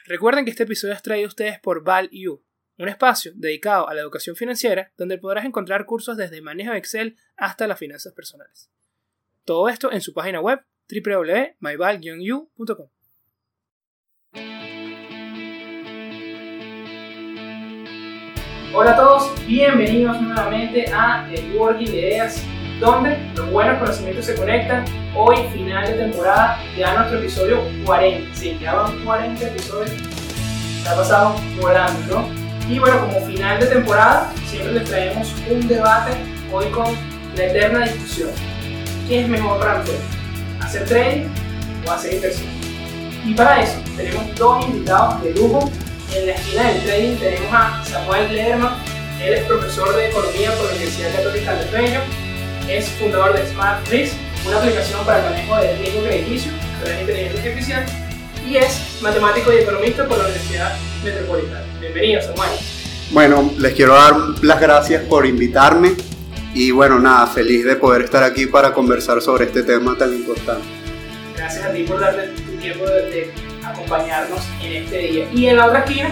Recuerden que este episodio es traído a ustedes por ValU, un espacio dedicado a la educación financiera donde podrás encontrar cursos desde manejo de Excel hasta las finanzas personales. Todo esto en su página web www.myval-u.com. Hola a todos, bienvenidos nuevamente a El Working de Ideas, donde los buenos conocimientos se conectan. Hoy, final de temporada, ya nuestro episodio 40. Sí, ya van 40 episodios. Se ha pasado volando, ¿no? Y bueno, como final de temporada, siempre les traemos un debate hoy con la eterna discusión. ¿Qué es mejor para nosotros? ¿Hacer trading o hacer inversión? Y para eso tenemos dos invitados de lujo. En la esquina del trading tenemos a Samuel Lederman. Él es profesor de economía por la Universidad Católica de Peña. Es fundador de Smart Risk, una aplicación para el manejo del riesgo crediticio a través de inteligencia artificial. Y es matemático y economista por la Universidad Metropolitana. Bienvenido, Samuel. Bueno, les quiero dar las gracias por invitarme. Y bueno, nada, feliz de poder estar aquí para conversar sobre este tema tan importante. Gracias a ti por darte tu tiempo de acompañarnos en este día. Y en la otra esquina,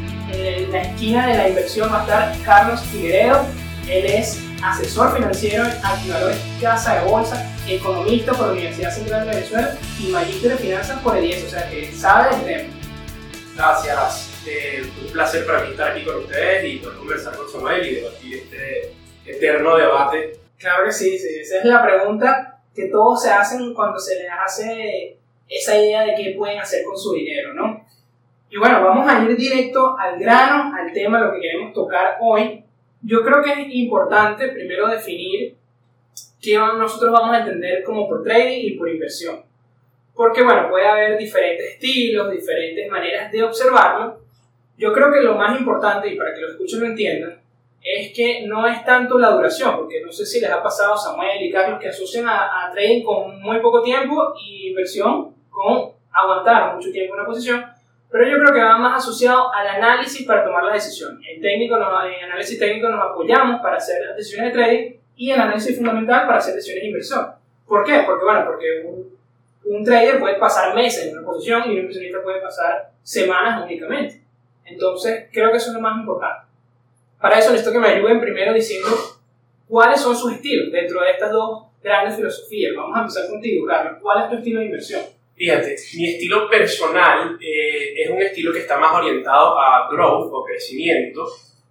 en la esquina de la inversión, va a estar Carlos Figueredo. Él es asesor financiero en Activadores Casa de Bolsa, economista por la Universidad Central de Venezuela y magíster de finanzas por el IES, o sea que sabe del tema. Gracias, un placer para mí estar aquí con ustedes y poder conversar con Samuel y debatir este eterno debate. Claro que sí, esa es la pregunta que todos se hacen cuando se les hace esa idea de qué pueden hacer con su dinero, ¿no? Y bueno, vamos a ir directo al grano, al tema, lo que queremos tocar hoy. Yo creo que es importante primero definir qué nosotros vamos a entender como por trading y por inversión. Porque bueno, puede haber diferentes estilos, diferentes maneras de observarlo. Yo creo que lo más importante, y para que los escuchen lo entiendan, es que no es tanto la duración, porque no sé si les ha pasado a Samuel y Carlos que asocian a trading con muy poco tiempo y inversión con aguantar mucho tiempo una posición. Pero yo creo que va más asociado al análisis para tomar las decisiones. En análisis técnico nos apoyamos para hacer las decisiones de trading y en análisis fundamental para hacer decisiones de inversión. ¿Por qué? Porque un trader puede pasar meses en una posición y un inversionista puede pasar semanas únicamente. Entonces, creo que eso es lo más importante. Para eso necesito que me ayuden primero diciendo cuáles son sus estilos dentro de estas dos grandes filosofías. Vamos a empezar contigo, Carlos. ¿Cuál es tu estilo de inversión? Fíjate, mi estilo personal es un estilo que está más orientado a growth o crecimiento.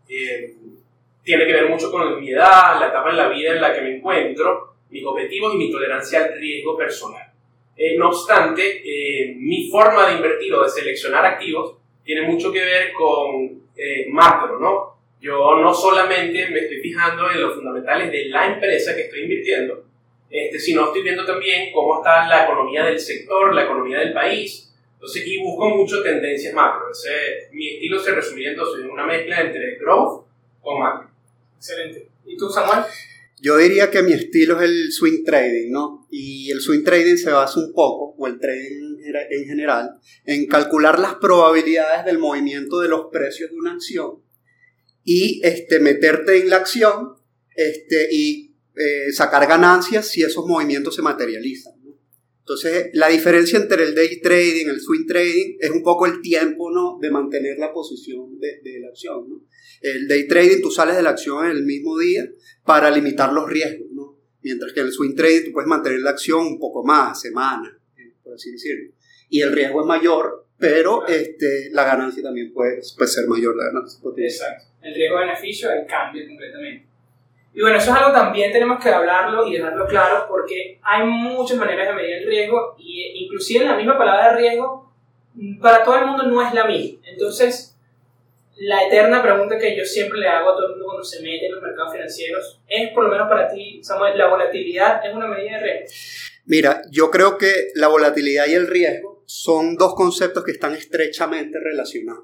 Tiene que ver mucho con mi edad, la etapa en la vida en la que me encuentro, mis objetivos y mi tolerancia al riesgo personal. No obstante, mi forma de invertir o de seleccionar activos tiene mucho que ver con macro, ¿no? Yo no solamente me estoy fijando en los fundamentales de la empresa que estoy invirtiendo, sino estoy viendo también cómo está la economía del sector, la economía del país. Entonces aquí busco mucho tendencias macro. Mi estilo se resumiría entonces en una mezcla entre growth con macro. Excelente. ¿Y tú, Samuel? Yo diría que mi estilo es el swing trading, ¿no? Y el swing trading se basa un poco, o el trading en general, en calcular las probabilidades del movimiento de los precios de una acción y meterte en la acción y sacar ganancias si esos movimientos se materializan, ¿no? Entonces, la diferencia entre el day trading y el swing trading es un poco el tiempo, ¿no?, de mantener la posición de la acción, ¿no? El day trading tú sales de la acción en el mismo día para limitar los riesgos, ¿no? Mientras que en el swing trading tú puedes mantener la acción un poco más, semanas, por así decirlo. Y el riesgo es mayor, pero la ganancia también puede ser mayor, la ganancia. Exacto. El riesgo-beneficio cambia completamente. Y bueno, eso es algo también tenemos que hablarlo y dejarlo claro porque hay muchas maneras de medir el riesgo y inclusive la misma palabra riesgo para todo el mundo no es la misma. Entonces, la eterna pregunta que yo siempre le hago a todo el mundo cuando se mete en los mercados financieros es, por lo menos para ti, Samuel, ¿la volatilidad es una medida de riesgo? Mira, yo creo que la volatilidad y el riesgo son dos conceptos que están estrechamente relacionados.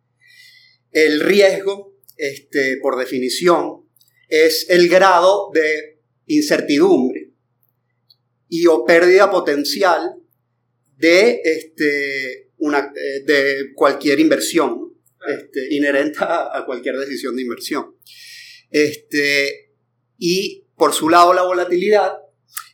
El riesgo, por definición, es el grado de incertidumbre o pérdida potencial de cualquier inversión, inherente a cualquier decisión de inversión. Y por su lado la volatilidad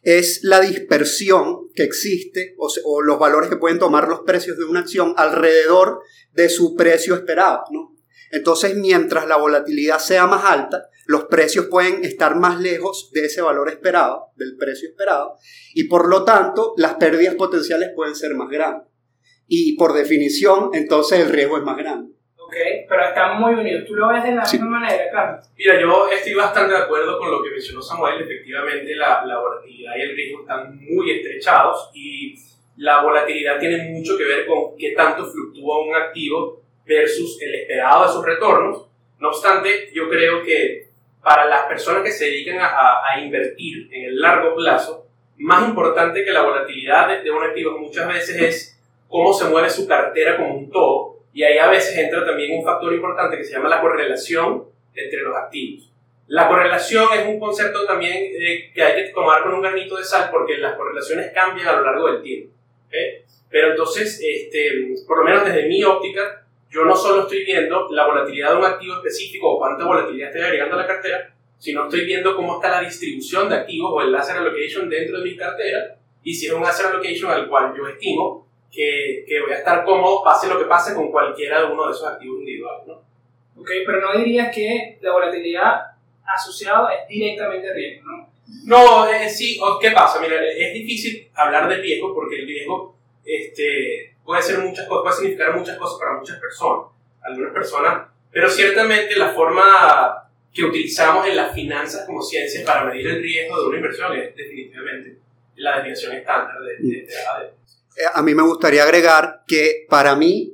es la dispersión que existe o los valores que pueden tomar los precios de una acción alrededor de su precio esperado, ¿no? Entonces, mientras la volatilidad sea más alta, los precios pueden estar más lejos de ese valor esperado, del precio esperado, y por lo tanto, las pérdidas potenciales pueden ser más grandes. Y por definición, entonces el riesgo es más grande. Ok, pero están muy unidos. ¿Tú lo ves de la misma manera, Carlos? Mira, yo estoy bastante de acuerdo con lo que mencionó Samuel. Efectivamente, la volatilidad y el riesgo están muy estrechados y la volatilidad tiene mucho que ver con qué tanto fluctúa un activo versus el esperado de sus retornos. No obstante, yo creo que para las personas que se dedican a invertir en el largo plazo, más importante que la volatilidad de un activo muchas veces es cómo se mueve su cartera como un todo, y ahí a veces entra también un factor importante que se llama la correlación entre los activos. La correlación es un concepto también que hay que tomar con un granito de sal porque las correlaciones cambian a lo largo del tiempo, ¿okay? Pero entonces, por lo menos desde mi óptica, yo no solo estoy viendo la volatilidad de un activo específico o cuánta volatilidad estoy agregando a la cartera, sino estoy viendo cómo está la distribución de activos o el asset allocation dentro de mi cartera, y si es un asset allocation al cual yo estimo que voy a estar cómodo pase lo que pase con cualquiera de uno de esos activos individuales, ¿no? Ok, pero no dirías que la volatilidad asociada es directamente riesgo, ¿no? No, sí, ¿qué pasa? Mira, es difícil hablar de riesgo porque el riesgo puede ser muchas cosas, puede significar muchas cosas para muchas personas, algunas personas, pero ciertamente la forma que utilizamos en las finanzas como ciencia para medir el riesgo de una inversión es definitivamente la desviación estándar de A mí me gustaría agregar que para mí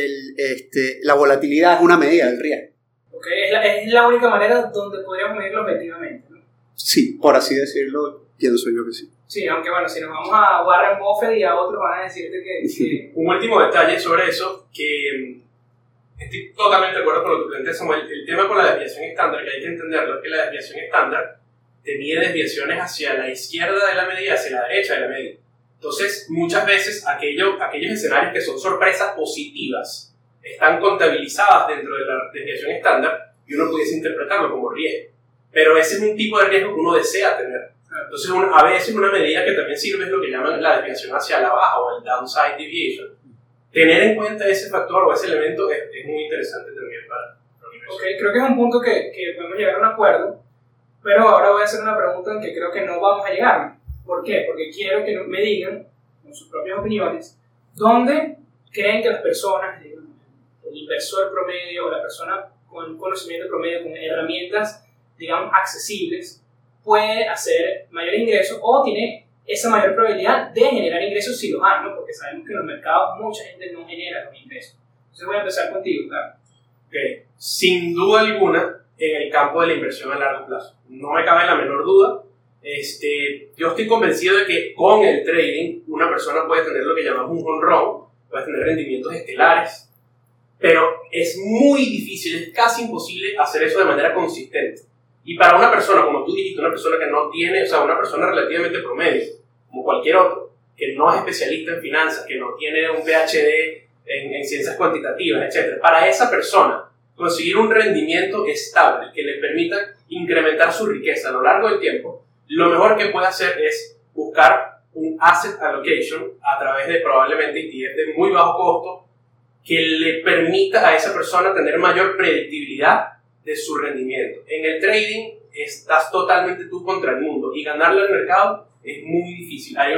la volatilidad es una medida del riesgo. Okay, es la única manera donde podríamos medirlo objetivamente, ¿no? Sí, por así decirlo, pienso yo que sí. Sí, aunque bueno, si nos vamos a Warren Buffett y a otros van a decirte que... Un último detalle sobre eso, que estoy totalmente de acuerdo con lo que plantea Samuel. El tema con la desviación estándar, que hay que entenderlo, es que la desviación estándar te mide desviaciones hacia la izquierda de la medida, hacia la derecha de la medida. Entonces, muchas veces aquellos escenarios que son sorpresas positivas están contabilizadas dentro de la desviación estándar y uno pudiese interpretarlo como riesgo. Pero ese es un tipo de riesgo que uno desea tener. Entonces, a veces una medida que también sirve es lo que llaman la desviación hacia la baja o el downside deviation. Tener en cuenta ese factor o ese elemento es muy interesante también para la universidad. Ok, creo que es un punto que podemos llegar a un acuerdo, pero ahora voy a hacer una pregunta en que creo que no vamos a llegar. ¿Por qué? Porque quiero que me digan, con sus propias opiniones, dónde creen que las personas, digamos, el inversor promedio o la persona con conocimiento promedio, con herramientas, digamos, accesibles, puede hacer mayor ingreso o tiene esa mayor probabilidad de generar ingresos si los hay, ¿no? Porque sabemos que en los mercados mucha gente no genera los ingresos. Entonces voy a empezar contigo, Carlos. Okay. Sin duda alguna, en el campo de la inversión a largo plazo. No me cabe la menor duda. Yo estoy convencido de que con el trading una persona puede tener lo que llamamos un home run, puede tener rendimientos estelares, pero es muy difícil, es casi imposible hacer eso de manera consistente. Y para una persona, como tú dijiste, una persona que no tiene, o sea, una persona relativamente promedio, como cualquier otro, que no es especialista en finanzas, que no tiene un PhD en ciencias cuantitativas, etc. Para esa persona, conseguir un rendimiento estable que le permita incrementar su riqueza a lo largo del tiempo, lo mejor que puede hacer es buscar un asset allocation a través de probablemente ETF de muy bajo costo que le permita a esa persona tener mayor predictibilidad de su rendimiento. En el trading estás totalmente tú contra el mundo y ganarle al mercado es muy difícil. Hay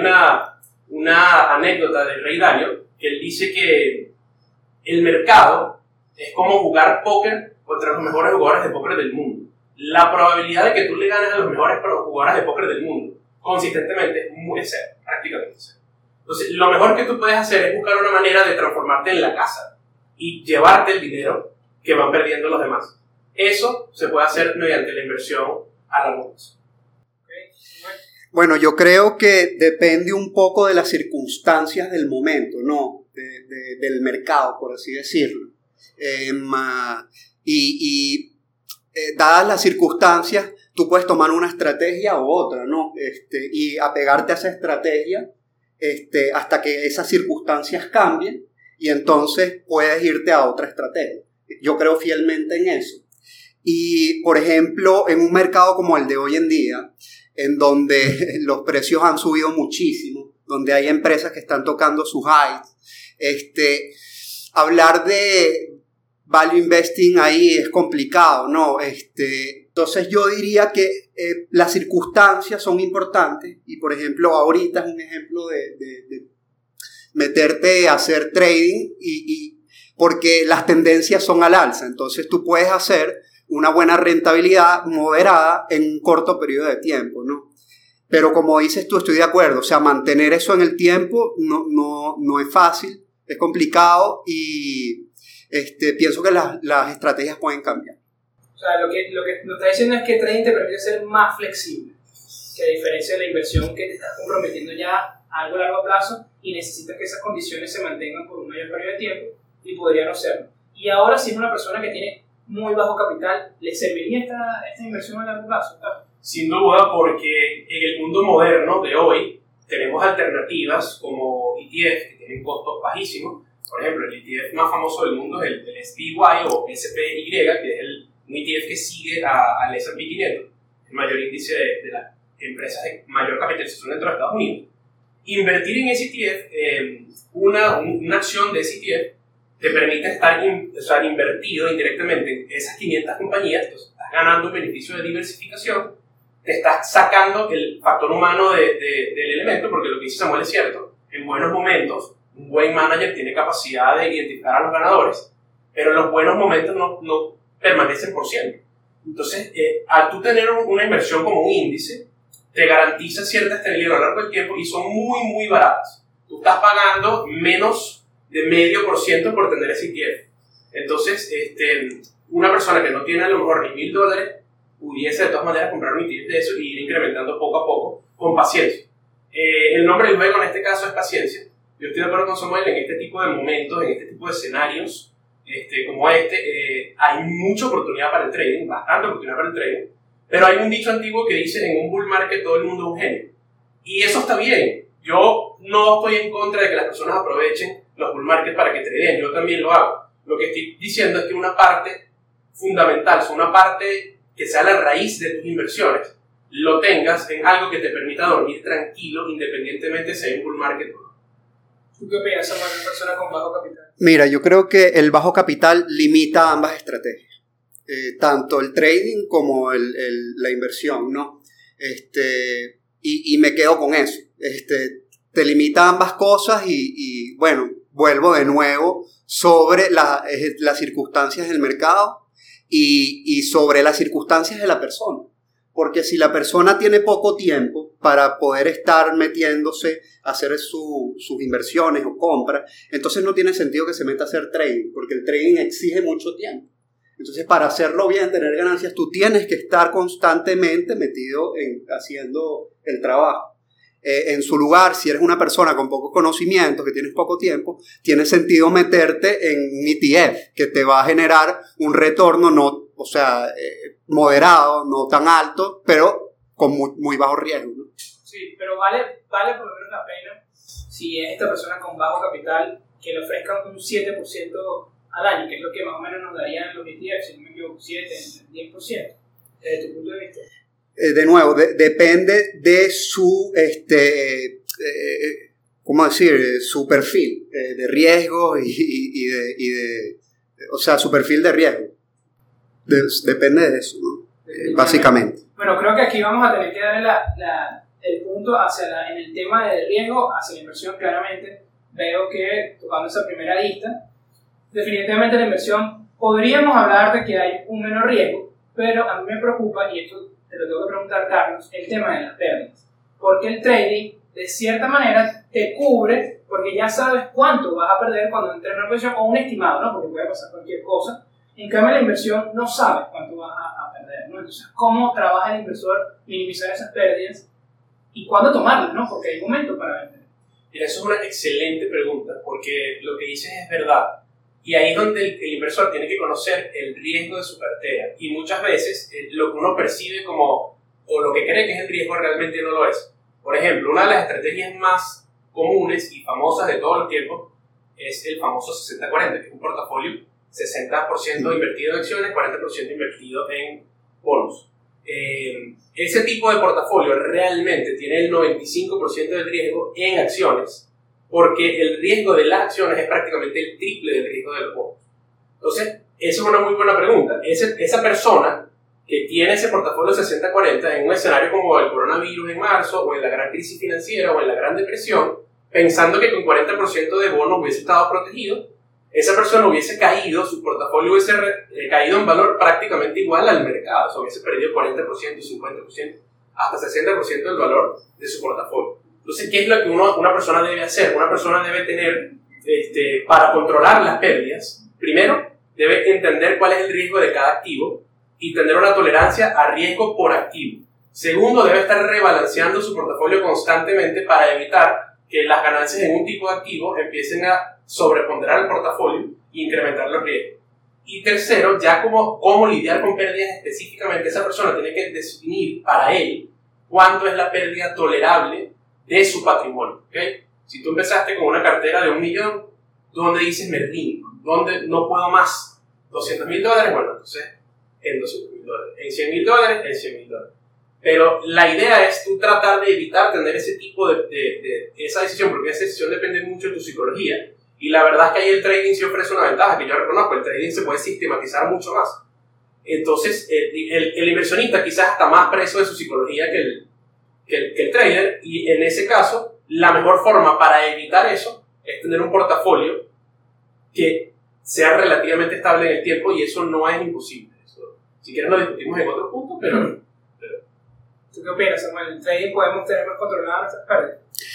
una anécdota del Rey Dalio que él dice que el mercado es como jugar póker contra los mejores jugadores de póker del mundo. La probabilidad de que tú le ganes a los mejores jugadores de póker del mundo consistentemente es cero, prácticamente cero. Entonces, lo mejor que tú puedes hacer es buscar una manera de transformarte en la casa y llevarte el dinero que van perdiendo los demás. Eso se puede hacer mediante la inversión a largo plazo. Bueno, yo creo que depende un poco de las circunstancias del momento, ¿no? Del mercado, por así decirlo. Dadas las circunstancias, tú puedes tomar una estrategia u otra, ¿no? Y apegarte a esa estrategia hasta que esas circunstancias cambien y entonces puedes irte a otra estrategia. Yo creo fielmente en eso. Y, por ejemplo, en un mercado como el de hoy en día, en donde los precios han subido muchísimo, donde hay empresas que están tocando sus highs. Hablar de value investing ahí es complicado, ¿no? Entonces yo diría que las circunstancias son importantes y, por ejemplo, ahorita es un ejemplo de meterte a hacer trading y porque las tendencias son al alza, entonces tú puedes hacer una buena rentabilidad moderada en un corto periodo de tiempo, ¿no? Pero como dices tú, estoy de acuerdo, o sea, mantener eso en el tiempo no es fácil, es complicado y pienso que las estrategias pueden cambiar. O sea, lo que nos está diciendo es que trading te permite ser más flexible, que a diferencia de la inversión que te estás comprometiendo ya a algo a largo plazo y necesitas que esas condiciones se mantengan por un mayor periodo de tiempo y podría no serlo. Y ahora, si es una persona que tiene muy bajo capital, ¿le serviría esta inversión a largo plazo? Sin duda, porque en el mundo moderno de hoy tenemos alternativas como ETF que tienen costos bajísimos. Por ejemplo, el ETF más famoso del mundo es el SPY o SPY, que es un ETF que sigue al S&P 500, el mayor índice de las empresas de mayor capitalización dentro de Estados Unidos. Invertir en ese ETF, una acción de ese ETF, te permite estar invertido indirectamente en esas 500 compañías, entonces estás ganando un beneficio de diversificación, te estás sacando el factor humano del elemento, porque lo que dice Samuel es cierto, en buenos momentos un buen manager tiene capacidad de identificar a los ganadores, pero los buenos momentos no permanecen por siempre. Entonces, al tú tener una inversión como un índice, te garantiza cierta estabilidad a lo largo del tiempo y son muy, muy baratas. Tú estás pagando menos de 0,5% por tener ese ETF. Entonces, una persona que no tiene a lo mejor ni $1,000 pudiese de todas maneras comprar un ETF de eso y ir incrementando poco a poco con paciencia. El nombre del juego en este caso es paciencia. Yo estoy de acuerdo con Samuel en este tipo de momentos, en este tipo de escenarios como hay mucha oportunidad para el trading, bastante oportunidad para el trading, pero hay un dicho antiguo que dice en un bull market todo el mundo es un genio. Y eso está bien. Yo no estoy en contra de que las personas aprovechen los bull markets para que tradeen, yo también lo hago. Lo que estoy diciendo es que una parte fundamental, una parte que sea la raíz de tus inversiones, lo tengas en algo que te permita dormir tranquilo independientemente si hay un bull market o no. ¿Tú qué opinas, Samuel, de una persona con bajo capital? Mira, yo creo que el bajo capital limita ambas estrategias, tanto el trading como la inversión, ¿no? Y me quedo con eso. Te limita ambas cosas y bueno, vuelvo de nuevo sobre las circunstancias del mercado y sobre las circunstancias de la persona. Porque si la persona tiene poco tiempo para poder estar metiéndose a hacer sus inversiones o compras, entonces no tiene sentido que se meta a hacer trading, porque el trading exige mucho tiempo. Entonces, para hacerlo bien, tener ganancias, tú tienes que estar constantemente metido haciendo el trabajo. En su lugar, si eres una persona con pocos conocimientos, que tienes poco tiempo, tiene sentido meterte en un ETF que te va a generar un retorno moderado, no tan alto, pero con muy bajo riesgo, ¿no? Sí, pero vale por lo menos la pena si es esta persona con bajo capital que le ofrezcan un 7% al año, que es lo que más o menos nos darían los ETFs, si no me equivoco, 7, 10%, desde tu punto de vista. De nuevo, depende de su, ¿cómo decir? Su perfil de riesgo o sea, su perfil de riesgo. Depende de eso, ¿no? Básicamente. Bueno, creo que aquí vamos a tener que darle el punto en el tema de riesgo hacia la inversión. Claramente veo que, tocando esa primera lista, definitivamente la inversión podríamos hablar de que hay un menor riesgo, pero a mí me preocupa, y esto te lo tengo que preguntar, Carlos, el tema de las pérdidas. Porque el trading, de cierta manera, te cubre, porque ya sabes cuánto vas a perder cuando entres en una posición, o un estimado, ¿no? Porque puede pasar cualquier cosa. En cambio, la inversión no sabes cuánto vas a perder, ¿no? Entonces, ¿cómo trabaja el inversor minimizar esas pérdidas y cuándo tomarlas, ¿no? Porque hay momentos para vender. Mira, eso es una excelente pregunta, porque lo que dices es verdad. Y ahí es donde el inversor tiene que conocer el riesgo de su cartera. Y muchas veces lo que uno percibe como, o lo que cree que es el riesgo, realmente no lo es. Por ejemplo, una de las estrategias más comunes y famosas de todos los tiempos es el famoso 60-40, que es un portafolio 60% invertido en acciones, 40% invertido en bonos. ese tipo de portafolio realmente tiene el 95% del riesgo en acciones, porque el riesgo de las acciones es prácticamente el triple del riesgo de los bonos. Entonces, esa es una muy buena pregunta. Esa persona que tiene ese portafolio 60-40 en un escenario como el coronavirus en marzo, o en la gran crisis financiera, o en la gran depresión, pensando que con 40% de bonos hubiese estado protegido, esa persona hubiese caído, su portafolio hubiese caído en valor prácticamente igual al mercado, o sea, hubiese perdido 40%, 50%, hasta 60% del valor de su portafolio. Entonces, ¿qué es lo que una persona debe hacer? Una persona debe tener, para controlar las pérdidas, primero, debe entender cuál es el riesgo de cada activo y tener una tolerancia a riesgo por activo. Segundo, debe estar rebalanceando su portafolio constantemente para evitar que las ganancias en un tipo de activo empiecen a sobreponderar el portafolio e incrementar los riesgos. Y tercero, ya cómo lidiar con pérdidas específicamente, esa persona tiene que definir para él cuánto es la pérdida tolerable de su patrimonio. ¿Okay? Si tú empezaste con una cartera de $1 millón, ¿dónde dices me rindo? ¿Dónde no puedo más? $200,000, bueno, entonces en $200,000. En $100,000, en $100,000. Pero la idea es tú tratar de evitar tener ese tipo de esa decisión, porque esa decisión depende mucho de tu psicología. Y la verdad es que ahí el trading sí ofrece una ventaja, que yo reconozco, el trading se puede sistematizar mucho más. Entonces, el inversionista quizás está más preso de su psicología que el trader, y en ese caso, la mejor forma para evitar eso es tener un portafolio que sea relativamente estable en el tiempo, y eso no es imposible. Eso, si quieres lo discutimos en otro punto, pero... ¿Tú qué opinas, Samuel? ¿En el trading podemos tener más controladas nuestras pérdidas?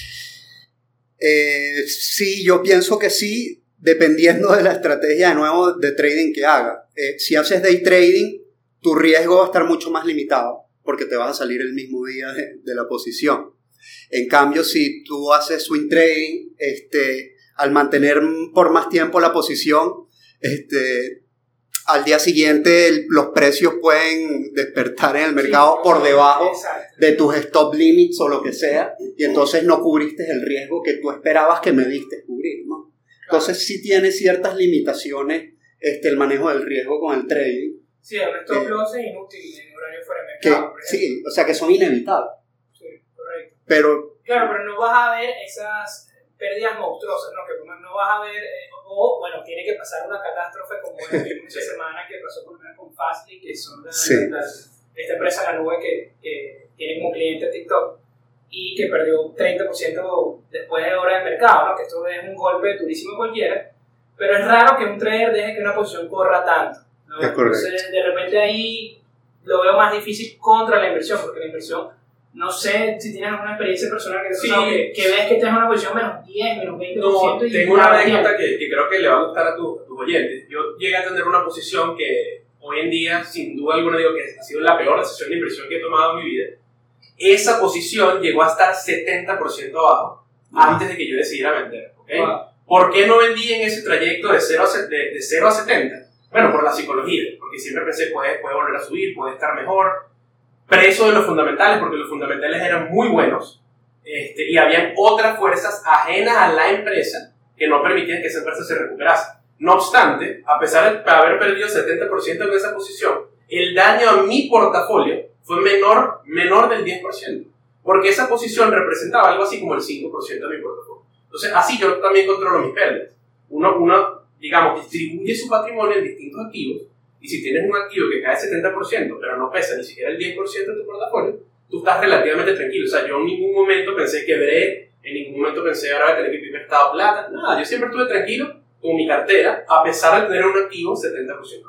Sí, yo pienso que sí, dependiendo de la estrategia de nuevo de trading que haga. Si haces day trading, tu riesgo va a estar mucho más limitado, porque te vas a salir el mismo día de la posición. En cambio, si tú haces swing trading, al mantener por más tiempo la posición, al día siguiente los precios pueden despertar en el mercado por debajo de tus stop limits o lo que sea, y entonces no cubriste el riesgo que tú esperabas que me diste cubrir, ¿no? Entonces sí tiene ciertas limitaciones el manejo del riesgo con el trading. Sí, un stop loss es inútil en horario fuera de mercado, por ejemplo. Sí, o sea que son inevitables. Sí, correcto. Claro, pero no vas a ver esas pérdidas monstruosas, ¿no? Que no vas a ver, bueno, tiene que pasar una catástrofe como esta semana que pasó por lo menos con Fastly, que son esta empresa en la nube que tiene como cliente TikTok y que perdió 30% después de horas de mercado, ¿no? Que esto es un golpe durísimo cualquiera, pero es raro que un trader deje que una posición corra tanto, ¿no? Entonces, de repente ahí lo veo más difícil contra la inversión, porque la inversión, no sé si tienes alguna experiencia personal que ves que tienes una posición menos 10, menos 20%. No, tengo una anécdota que creo que le va a gustar a tus oyentes. Yo llegué a tener una posición que hoy en día, sin duda alguna, digo que ha sido la peor decisión de inversión que he tomado en mi vida. Esa posición llegó a estar 70% abajo antes de que yo decidiera vender. ¿Okay? Wow. ¿Por qué no vendí en ese trayecto de 0 a 70? Bueno, por la psicología, porque siempre pensé puede volver a subir, puede estar mejor. Preso de los fundamentales, porque los fundamentales eran muy buenos, y habían otras fuerzas ajenas a la empresa que no permitían que esa empresa se recuperase. No obstante, a pesar de haber perdido 70% en esa posición, el daño a mi portafolio fue menor del 10%, porque esa posición representaba algo así como el 5% de mi portafolio. Entonces, así yo también controlo mis pérdidas. Uno, digamos, distribuye su patrimonio en distintos activos, y si tienes un activo que cae 70%, pero no pesa ni siquiera el 10% de tu portafolio, tú estás relativamente tranquilo. O sea, yo en ningún momento pensé quebré, en ningún momento pensé ahora voy a tener que pedir prestado plata, nada, yo siempre estuve tranquilo con mi cartera, a pesar de tener un activo 70%.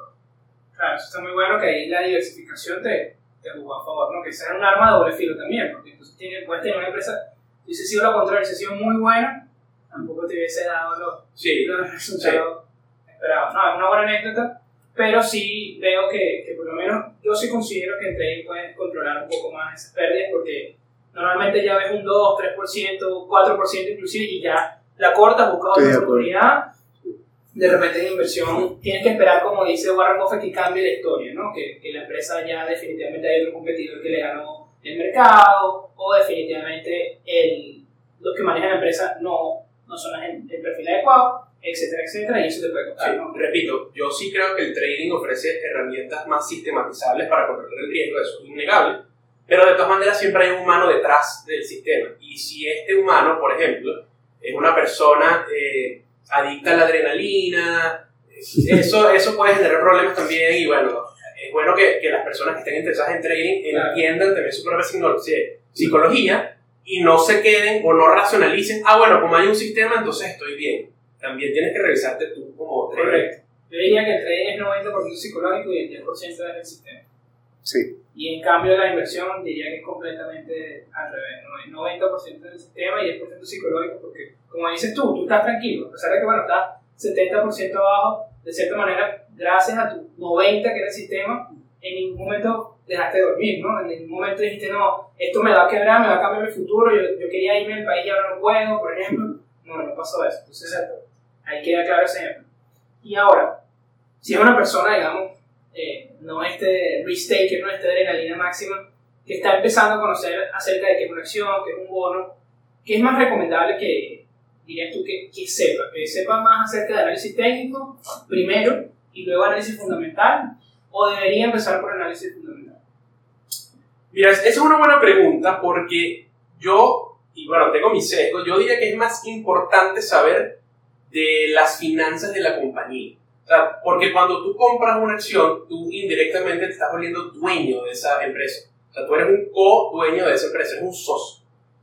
Claro, eso está muy bueno, que ahí la diversificación te jugó a favor, ¿no? Que sea un arma de doble filo también, porque entonces puedes tener una empresa, si hubiese sido lo contrario, si hubiese sido muy buena, tampoco te hubiese dado los resultados esperados. No, es una buena anécdota, pero sí veo que por lo menos yo sí considero que en trading puedes controlar un poco más esas pérdidas, porque normalmente ya ves un 2, 3%, 4% inclusive, y ya la cortas, buscas otra oportunidad. De repente en inversión tienes que esperar, como dice Warren Buffett, que cambie la historia, ¿no? Que la empresa ya definitivamente hay otro competidor que le ganó el mercado, o definitivamente los que manejan la empresa no son el perfil adecuado. etcétera, etcétera, y eso te puede costar, Sí, ¿no? repito, yo sí creo que el trading ofrece herramientas más sistematizables para controlar el riesgo, eso es innegable, pero de todas maneras siempre hay un humano detrás del sistema. Y si este humano, por ejemplo, es una persona adicta a la adrenalina, eso puede generar problemas también. Y bueno, es bueno que las personas que estén interesadas en trading entiendan también su propia psicología y no se queden o no racionalicen, bueno, como hay un sistema, entonces estoy bien. También tienes que revisarte tú como trader. Correcto. Yo diría que el trading es 90% psicológico y el 10% es el sistema. Sí. Y en cambio la inversión diría que es completamente al revés, ¿no? Es 90% del sistema y 10% psicológico, porque como dices tú estás tranquilo, a pesar de que bueno, estás 70% abajo, de cierta manera, gracias a tu 90% que era el sistema, en ningún momento dejaste de dormir, ¿no? En ningún momento dijiste, no, esto me va a quebrar, me va a cambiar mi futuro, yo quería irme al país y ahora no puedo, por ejemplo. No pasó eso. Entonces, ahí queda claro ese ejemplo. Y ahora, si es una persona, digamos, no risk taker, no adrenalina máxima, que está empezando a conocer acerca de qué es una acción, qué es un bono, ¿qué es más recomendable que, dirías tú, que sepa más acerca de análisis técnico primero y luego análisis fundamental, o debería empezar por análisis fundamental? Mira, esa es una buena pregunta porque y bueno, tengo mi sesgo, yo diría que es más importante saber de las finanzas de la compañía. O sea, porque cuando tú compras una acción, tú indirectamente te estás volviendo dueño de esa empresa. O sea, tú eres un co-dueño de esa empresa, eres un socio.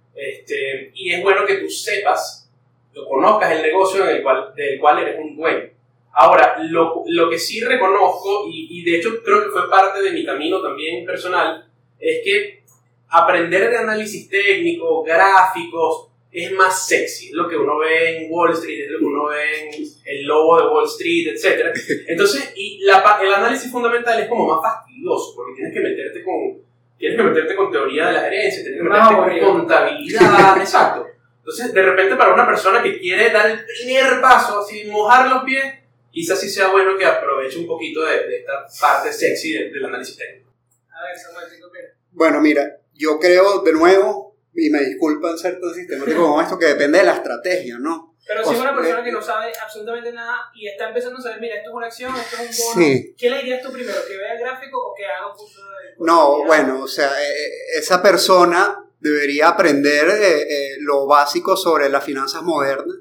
Y es bueno que tú sepas, lo conozcas el negocio del cual eres un dueño. Ahora, lo que sí reconozco, y de hecho creo que fue parte de mi camino también personal, es que aprender de análisis técnico, gráficos, es más sexy. Es lo que uno ve en Wall Street, es lo que uno ve en el logo de Wall Street, etc. Entonces, el análisis fundamental es como más fastidioso, porque tienes que meterte con teoría de la gerencia, tienes que meterte con contabilidad, exacto. Entonces, de repente, para una persona que quiere dar el primer paso, así, mojar los pies, quizás sí sea bueno que aproveche un poquito de esta parte sexy del análisis técnico. A ver, Samuel, ¿qué opinas? Bueno, mira, yo creo, de nuevo, y me disculpan ser tan sistemático como esto, que depende de la estrategia, ¿no? Pero si es una persona que no sabe absolutamente nada y está empezando a saber, mira, esto es una acción, esto es un bono, sí. ¿Qué le dirías tú primero? ¿Que vea el gráfico o que haga un curso de...? No, bueno, o sea, esa persona debería aprender lo básico sobre las finanzas modernas,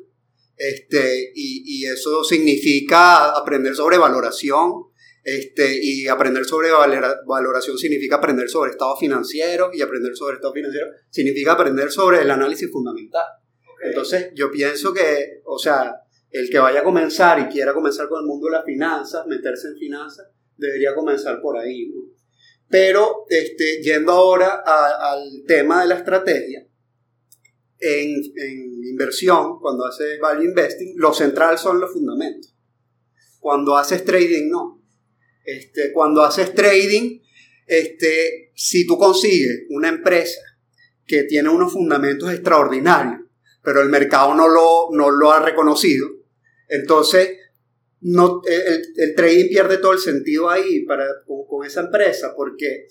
y eso significa aprender sobre valoración, y aprender sobre valoración significa aprender sobre estado financiero, y aprender sobre estado financiero significa aprender sobre el análisis fundamental. Okay. Entonces yo pienso que, o sea, el que vaya a comenzar y quiera comenzar con el mundo de las finanzas, meterse en finanzas, debería comenzar por ahí, ¿no? Pero yendo ahora al tema de la estrategia, en inversión, cuando haces value investing, lo central son los fundamentos. Cuando haces trading, no. Cuando haces trading, si tú consigues una empresa que tiene unos fundamentos extraordinarios, pero el mercado no lo ha reconocido, entonces el trading pierde todo el sentido ahí con esa empresa, porque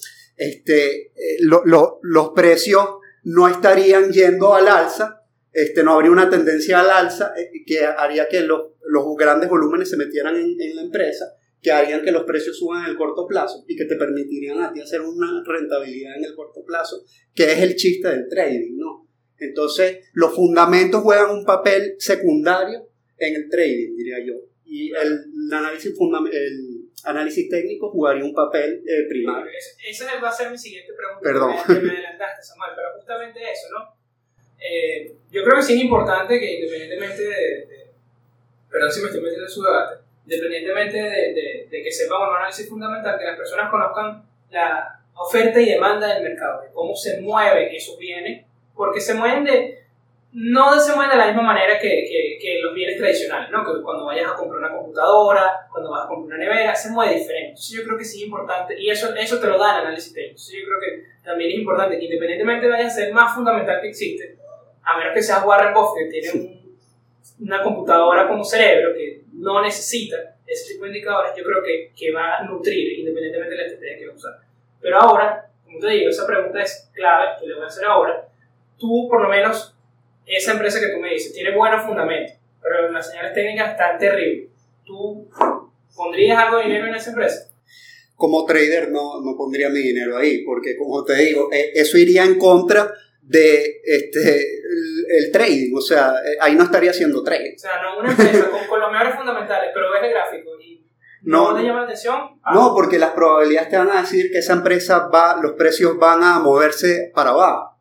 los precios no estarían yendo al alza, no habría una tendencia al alza que haría que los grandes volúmenes se metieran en la empresa, que harían que los precios suban en el corto plazo y que te permitirían a ti hacer una rentabilidad en el corto plazo, que es el chiste del trading, ¿no? Entonces, los fundamentos juegan un papel secundario en el trading, diría yo, y el análisis técnico jugaría un papel primario. Esa va a ser mi siguiente pregunta. Perdón. Que me adelantaste, Samuel, pero justamente eso, ¿no? Yo creo que sí es importante que independientemente perdón si me estoy metiendo en su debate, independientemente de que sepan un análisis fundamental, que las personas conozcan la oferta y demanda del mercado, de cómo se mueven esos bienes, porque no se mueven de la misma manera que los bienes tradicionales, ¿no? Que cuando vayas a comprar una computadora, cuando vas a comprar una nevera, se mueve diferente. Entonces yo creo que sí es importante, y eso te lo da el análisis técnico. Entonces yo creo que también es importante que independientemente vaya a ser más fundamental que existe, a menos que seas Warren Buffett, que tiene una computadora como cerebro, que no necesita ese tipo de indicadores, yo creo que va a nutrir independientemente de la estrategia que va a usar. Pero ahora, como te digo, esa pregunta es clave, que le voy a hacer ahora. Tú, por lo menos, esa empresa que tú me dices, tiene buenos fundamentos, pero las señales técnicas están terribles. ¿Tú pondrías algo de dinero en esa empresa? Como trader no pondría mi dinero ahí, porque como te digo, eso iría en contra de el trading, o sea, ahí no estaría haciendo trading. O sea, no una empresa con los mejores fundamentales, pero ves el gráfico y no te llama la atención. No, porque las probabilidades te van a decir que esa empresa los precios van a moverse para abajo.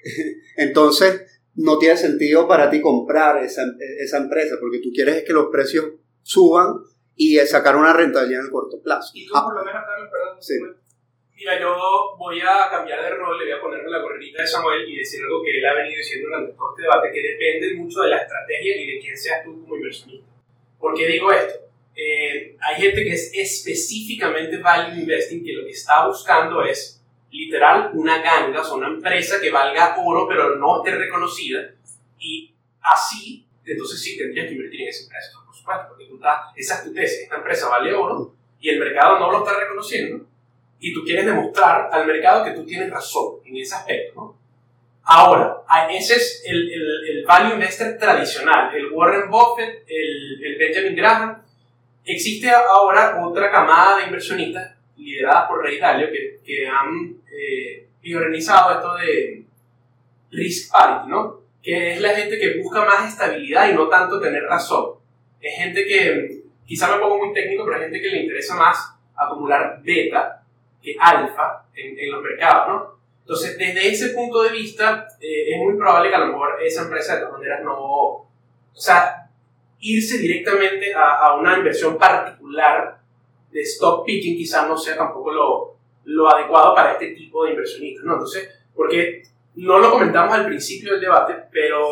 Entonces, no tiene sentido para ti comprar esa empresa, porque tú quieres que los precios suban y sacar una rentabilidad en el corto plazo. Y tú, por lo menos, Carlos, perdón. Sí. Mira, yo voy a cambiar de rol, le voy a ponerme la gorrita de Samuel y decir algo que él ha venido diciendo durante todo este debate, que depende mucho de la estrategia y de quién seas tú como inversionista. ¿Por qué digo esto? Hay gente que es específicamente value investing, que lo que está buscando es literal una ganga, o sea, una empresa que valga oro pero no esté reconocida, y así, entonces sí tendrías que invertir en esa empresa, por supuesto, porque esa es tu tesis, esta empresa vale oro y el mercado no lo está reconociendo, y tú quieres demostrar al mercado que tú tienes razón en ese aspecto, ¿no? Ahora, ese es el value investor tradicional, el Warren Buffett, el Benjamin Graham. Existe ahora otra camada de inversionistas lideradas por Ray Dalio que han organizado esto de risk parity, ¿no? Que es la gente que busca más estabilidad y no tanto tener razón. Es gente que, quizá me pongo muy técnico, pero es gente que le interesa más acumular beta que alfa en los mercados, ¿no? Entonces, desde ese punto de vista, es muy probable que a lo mejor esa empresa de todas maneras no... O sea, irse directamente a una inversión particular de stock picking quizás no sea tampoco lo adecuado para este tipo de inversionistas, ¿no? Entonces, porque no lo comentamos al principio del debate, pero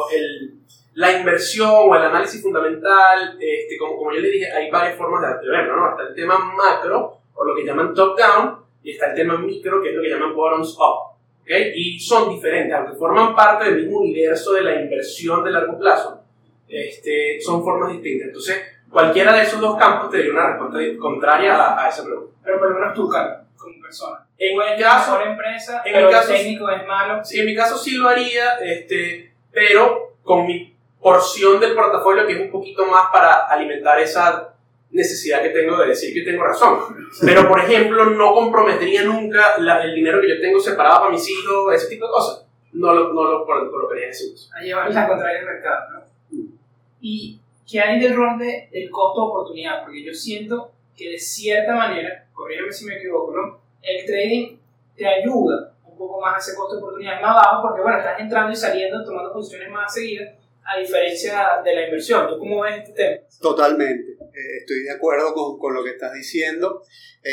la inversión o el análisis fundamental, como yo le dije, hay varias formas de verlo, ¿no? Está el tema macro, o lo que llaman top-down, y está el tema micro, que es lo que llaman bottoms-up, ¿okay? Y son diferentes, aunque forman parte del mismo universo de la inversión de largo plazo, son formas distintas. Entonces, cualquiera de esos dos campos te daría una respuesta contraria a esa pregunta. Pero por lo menos tú, Carlos, como persona. En mi caso, mejor empresa, en pero mi caso, el técnico es malo. Sí, en mi caso sí lo haría, pero con mi porción del portafolio que es un poquito más para alimentar esa necesidad que tengo de decir que tengo razón. Pero, por ejemplo, no comprometería nunca el dinero que yo tengo separado para mis hijos, ese tipo de cosas. No lo colocaría en ese uso. A llevar la contraria al mercado, ¿no? ¿Y qué hay del rol del costo de oportunidad? Porque yo siento que de cierta manera, corrígeme si me equivoco, ¿no? El trading te ayuda un poco más a ese costo de oportunidad más bajo porque, bueno, estás entrando y saliendo, tomando posiciones más seguidas, a diferencia de la inversión. ¿Tú cómo ves este tema? Totalmente. Estoy de acuerdo con lo que estás diciendo.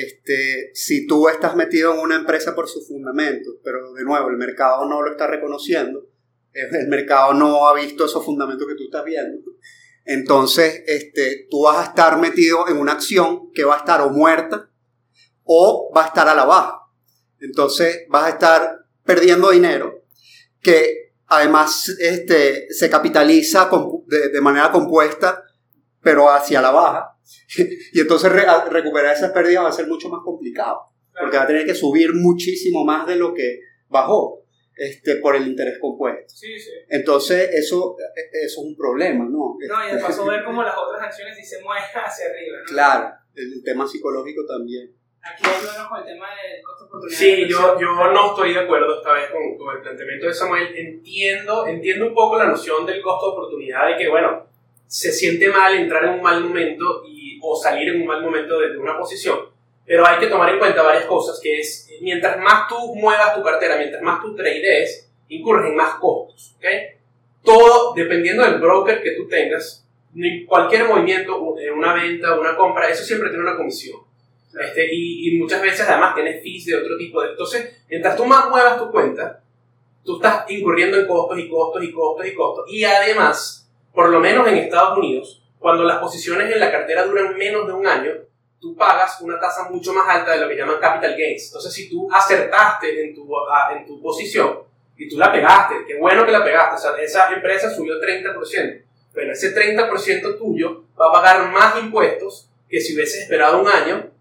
Si tú estás metido en una empresa por sus fundamentos, pero de nuevo el mercado no lo está reconociendo, el mercado no ha visto esos fundamentos que tú estás viendo, entonces tú vas a estar metido en una acción que va a estar o muerta o va a estar a la baja. Entonces vas a estar perdiendo dinero que además se capitaliza de manera compuesta pero hacia la baja, y entonces recuperar esas pérdidas va a ser mucho más complicado, porque va a tener que subir muchísimo más de lo que bajó por el interés compuesto. Sí, sí. Entonces eso es un problema, ¿no? No, y de paso ver cómo las otras acciones sí se mueven hacia arriba, ¿no? Claro, el tema psicológico también. Aquí hay uno con el tema del costo de oportunidad. Sí, yo no estoy de acuerdo esta vez con el planteamiento de Samuel. Entiendo un poco la noción del costo de oportunidad, de que, bueno, se siente mal entrar en un mal momento o salir en un mal momento de una posición, pero hay que tomar en cuenta varias cosas, que es, mientras más tú muevas tu cartera, mientras más tú tradees, incurres en más costos, ¿ok? Todo, dependiendo del broker que tú tengas, cualquier movimiento, una venta, una compra, eso siempre tiene una comisión. Y muchas veces además tienes fees de otro tipo. Entonces, mientras tú más muevas tu cuenta, tú estás incurriendo en costos y costos y costos y costos. Y además, por lo menos en Estados Unidos, cuando las posiciones en la cartera duran menos de un año, tú pagas una tasa mucho más alta de lo que llaman capital gains. Entonces, si tú acertaste en tu posición y tú la pegaste, qué bueno que la pegaste, o sea, esa empresa subió 30%, pero ese 30% tuyo va a pagar más impuestos que si hubieses esperado un año.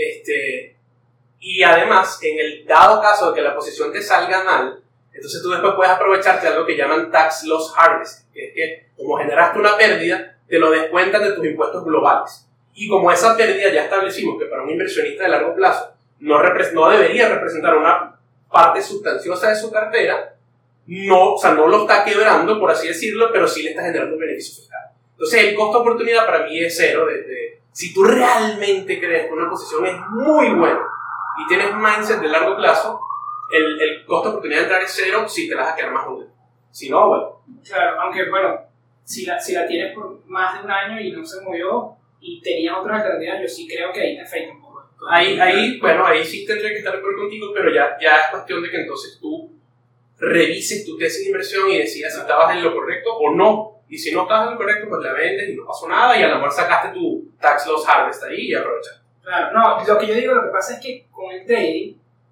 Y además, en el dado caso de que la posición te salga mal, entonces tú después puedes aprovecharte de algo que llaman tax loss harvesting, que es que como generaste una pérdida, te lo descuentan de tus impuestos globales. Y como esa pérdida ya establecimos que para un inversionista de largo plazo no debería representar una parte sustanciosa de su cartera, o sea, no lo está quebrando, por así decirlo, pero sí le está generando un beneficio fiscal. Entonces, el costo de oportunidad para mí es cero. Si tú realmente crees que una posición es muy buena y tienes un mindset de largo plazo, el costo de oportunidad de entrar es cero si te vas a quedar más duro. Si no, bueno. Claro, aunque bueno, si la tienes por más de un año y no se movió y tenías otras alternativas, yo sí creo que ahí te afecta un poco. Ahí sí tendría que estar de acuerdo contigo, pero ya es cuestión de que entonces tú revises tu tesis de inversión y decidas si estabas en lo correcto o no. Y si no estabas en lo correcto, pues la vendes y no pasó nada y a lo mejor sacaste tu tax loss harvest ahí y aprovechaste. Claro, no, lo que yo digo, lo que pasa es que con el trading,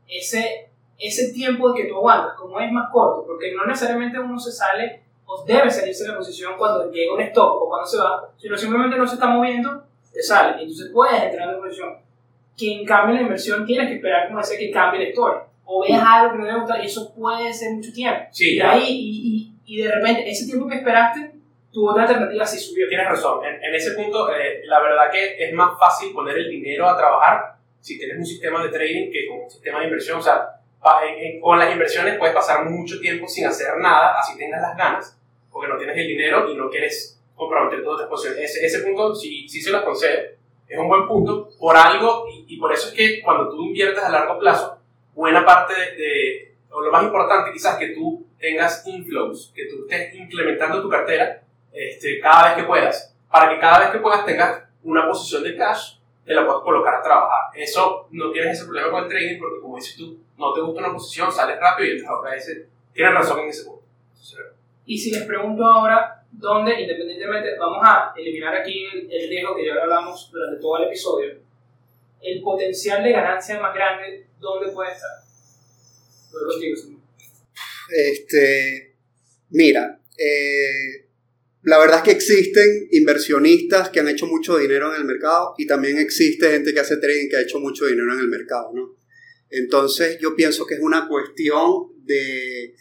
ese tiempo que tú aguantas, como es más corto, porque no necesariamente uno se sale o debe salirse de la posición cuando llega un stop o cuando se va, sino simplemente no se está moviendo, te sale. Entonces puedes entrar en la posición. Que en cambio en la inversión tienes que esperar como ese que cambie la historia. O veas algo que no te gusta y eso puede ser mucho tiempo. Sí, y ahí, y de repente, ese tiempo que esperaste, tu otra alternativa sí subió. Tienes razón. En ese punto, la verdad que es más fácil poner el dinero a trabajar si tienes un sistema de trading que con un sistema de inversión. O sea, con las inversiones puedes pasar mucho tiempo sin hacer nada, así tengas las ganas, porque no tienes el dinero y no quieres comprometer todas tus posiciones. Ese punto sí se los concedo. Es un buen punto por algo y por eso es que cuando tú inviertes a largo plazo, buena parte o lo más importante quizás que tú tengas inflows, que tú estés implementando tu cartera cada vez que puedas, para que cada vez que puedas tengas una posición de cash, te la puedas colocar a trabajar. Eso no tienes ese problema con el trading porque como dices tú, no te gusta una posición, sales rápido y entras a otra vez. Tienes razón en ese punto. Y si les pregunto ahora, ¿dónde, independientemente, vamos a eliminar aquí el riesgo que ya hablamos durante todo el episodio, el potencial de ganancia más grande, ¿dónde puede estar? Mira, la verdad es que existen inversionistas que han hecho mucho dinero en el mercado y también existe gente que hace trading que ha hecho mucho dinero en el mercado, ¿no? Entonces yo pienso que es una cuestión de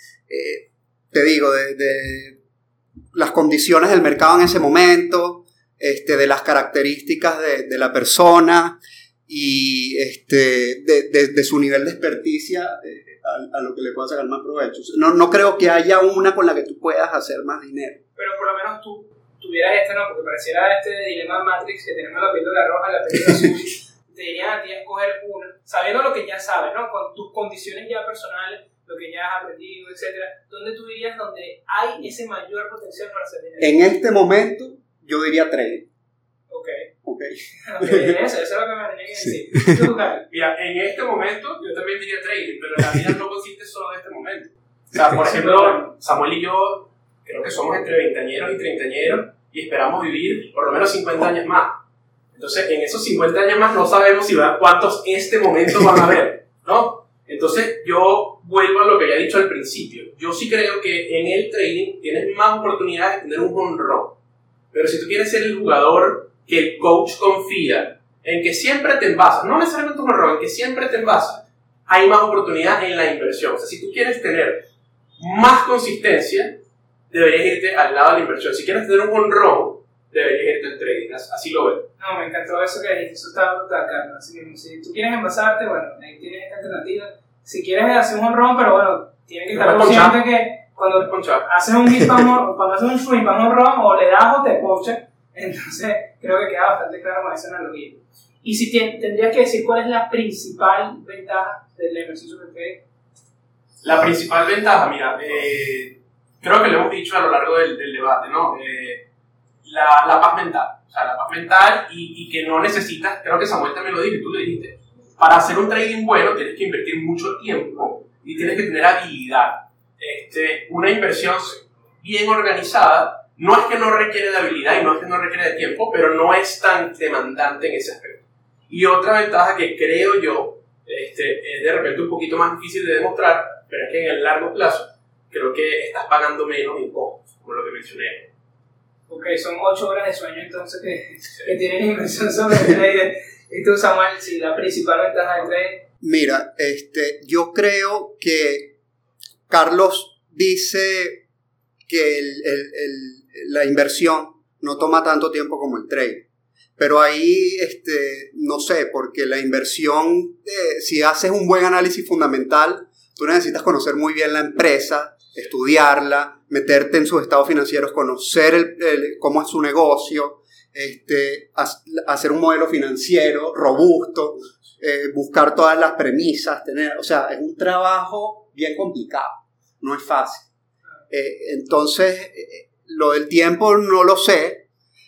las condiciones del mercado en ese momento, de las características de la persona y de su nivel de experticia a lo que le pueda sacar más provecho. No creo que haya una con la que tú puedas hacer más dinero. Pero por lo menos tú tuvieras ¿no? Porque pareciera dilema Matrix que tenemos la píldora roja y la píldora azul. Te dirían a ti a escoger una, sabiendo lo que ya sabes, ¿no? Con tus condiciones ya personales, lo que ya has aprendido, etcétera. ¿Dónde tú dirías donde hay ese mayor potencial para hacer dinero? En este momento, yo diría trading. Ok. Eso es lo que me tenía que decir. Sí. ¿Tú, Carlos? Mira, en este momento yo también diría trading, pero la vida no consiste solo en este momento. O sea, por ejemplo, Samuel y yo creo que somos entre veinteañeros y treintañeros y esperamos vivir por lo menos 50 años más. Entonces, en esos 50 años más no sabemos cuántos momentos van a haber, ¿no? Entonces, yo vuelvo a lo que había dicho al principio. Yo sí creo que en el trading tienes más oportunidades de tener un home run. Pero si tú quieres ser el jugador que el coach confía, en que siempre te envasas, no necesariamente un home run, en que siempre te envasas, hay más oportunidad en la inversión. O sea, si tú quieres tener más consistencia, deberías irte al lado de la inversión. Si quieres tener un home run, deberías irte al trading. Así lo veo. No, me encantó eso que dijiste. Eso está brutal, Carlos. Así mismo, si tú quieres envasarte, bueno, ahí tienes esta alternativa. Si quieres hacer un home run, pero bueno, tienes que estar consciente que cuando haces un hit cuando haces un swing para un home run, o le das o te ponchas. Entonces, creo que queda bastante claro con esa analogía. Y si tendrías que decir cuál es la principal ventaja de la inversión sobre el trading. La principal ventaja, mira, creo que lo hemos dicho a lo largo del debate, ¿no? La paz mental. O sea, la paz mental y que no necesitas, creo que Samuel también lo dijo y tú lo dijiste, para hacer un trading bueno tienes que invertir mucho tiempo y tienes que tener habilidad. Una inversión bien organizada no es que no requiere de habilidad y no es que no requiere de tiempo, pero no es tan demandante en ese aspecto. Y otra ventaja que creo yo es de repente un poquito más difícil de demostrar, pero es que en el largo plazo creo que estás pagando menos en costos, como lo que mencioné. Ok, son 8 horas de sueño entonces que tienen inversión sobre el trading. ¿Y tú, Samuel, si la principal ventaja del trading? Mira, yo creo que Carlos dice que la inversión no toma tanto tiempo como el trading. Pero ahí, no sé, porque la inversión, si haces un buen análisis fundamental, tú necesitas conocer muy bien la empresa, estudiarla, meterte en sus estados financieros, conocer cómo es su negocio, hacer un modelo financiero robusto, buscar todas las premisas, o sea, es un trabajo bien complicado, no es fácil. Entonces, lo del tiempo no lo sé,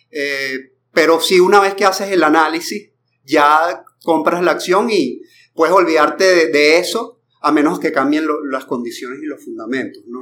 pero sí, una vez que haces el análisis, ya compras la acción y puedes olvidarte de eso, a menos que cambien las condiciones y los fundamentos, ¿no?